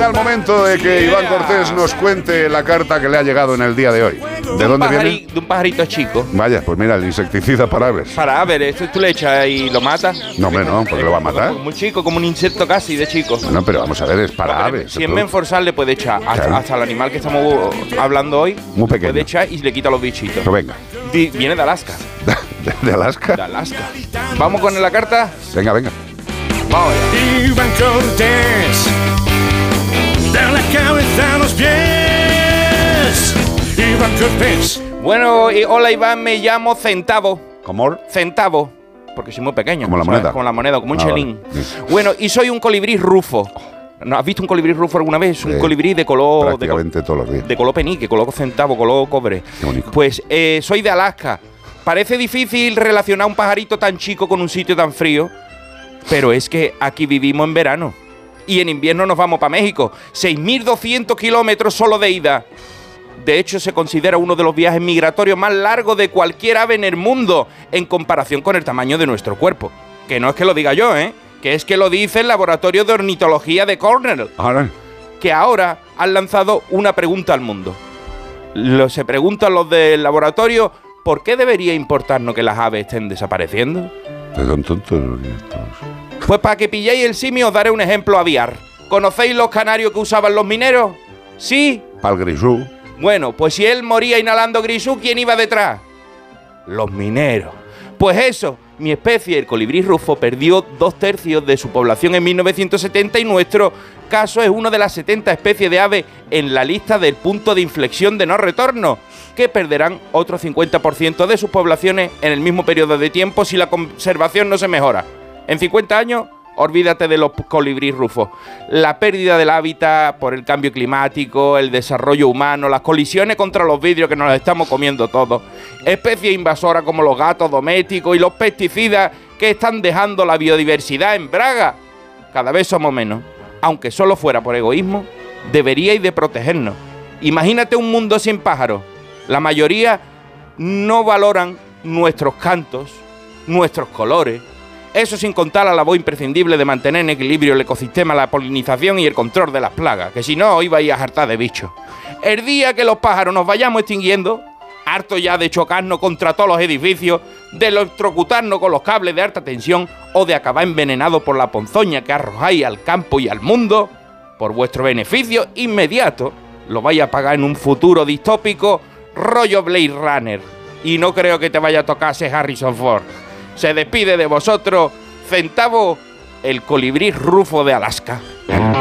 llega el momento de que Iván Cortés nos cuente la carta que le ha llegado en el día de hoy. ¿De dónde viene? De un pajarito chico. Vaya, pues mira, el insecticida para aves. Para aves, esto tú le echas y lo matas. No, hombre, no, porque lo va a matar. Muy chico, como un insecto casi de chico. No, pero vamos a ver, es para aves. Si en Menforsal le puede echar Claro. hasta el animal que estamos hablando hoy. Muy pequeño. Puede echar y le quita los bichitos. Pero venga. Viene de Alaska. ¿De Alaska? De Alaska. ¿Vamos con la carta? Venga, venga. Vamos allá. Iván Cortés, de la cabeza a los pies. Iván Cortés. Bueno, hola Iván, me llamo Centavo. ¿Cómo? Centavo. Porque soy muy pequeño. Como la ¿sabes? moneda. Como la moneda, como un chelín. Vale. Bueno, y soy un colibrí rufo. ¿No has visto un colibrí rufo alguna vez? Un colibrí de color... Prácticamente todos los días. De color penique, color centavo, color cobre. Qué bonito. Pues soy de Alaska. Parece difícil relacionar un pajarito tan chico con un sitio tan frío, pero es que aquí vivimos en verano. Y en invierno nos vamos para México. 6.200 kilómetros solo de ida. De hecho, se considera uno de los viajes migratorios más largos de cualquier ave en el mundo, en comparación con el tamaño de nuestro cuerpo. Que no es que lo diga yo, que es que lo dice el Laboratorio de Ornitología de Cornell, Ahora, que ahora han lanzado una pregunta al mundo. Se preguntan los del laboratorio, ¿por qué debería importarnos que las aves estén desapareciendo? son tontos. Pues para que pilléis el simio os daré un ejemplo aviar. ¿Conocéis los canarios que usaban los mineros? ¿Sí? Pal grisú. Bueno, pues si él moría inhalando grisú, ¿quién iba detrás? Los mineros. Pues eso, mi especie, el colibrí rufo, perdió 2/3 de su población en 1970 y nuestro caso es una de las 70 especies de aves en la lista del punto de inflexión de no retorno, que perderán otro 50% de sus poblaciones en el mismo periodo de tiempo si la conservación no se mejora. En 50 años, olvídate de los colibríes rufos. La pérdida del hábitat por el cambio climático, el desarrollo humano, las colisiones contra los vidrios que nos los estamos comiendo todos, especies invasoras como los gatos domésticos y los pesticidas que están dejando la biodiversidad en braga. Cada vez somos menos. Aunque solo fuera por egoísmo, deberíais de protegernos. Imagínate un mundo sin pájaros. La mayoría no valoran nuestros cantos, nuestros colores. Eso sin contar la labor imprescindible de mantener en equilibrio el ecosistema, la polinización y el control de las plagas, que si no, hoy vais a hartar de bichos. El día que los pájaros nos vayamos extinguiendo, harto ya de chocarnos contra todos los edificios, de electrocutarnos con los cables de alta tensión o de acabar envenenados por la ponzoña que arrojáis al campo y al mundo, por vuestro beneficio inmediato, lo vais a pagar en un futuro distópico rollo Blade Runner. Y no creo que te vaya a tocar ese Harrison Ford. Se despide de vosotros, Centavo, el colibrí rufo de Alaska.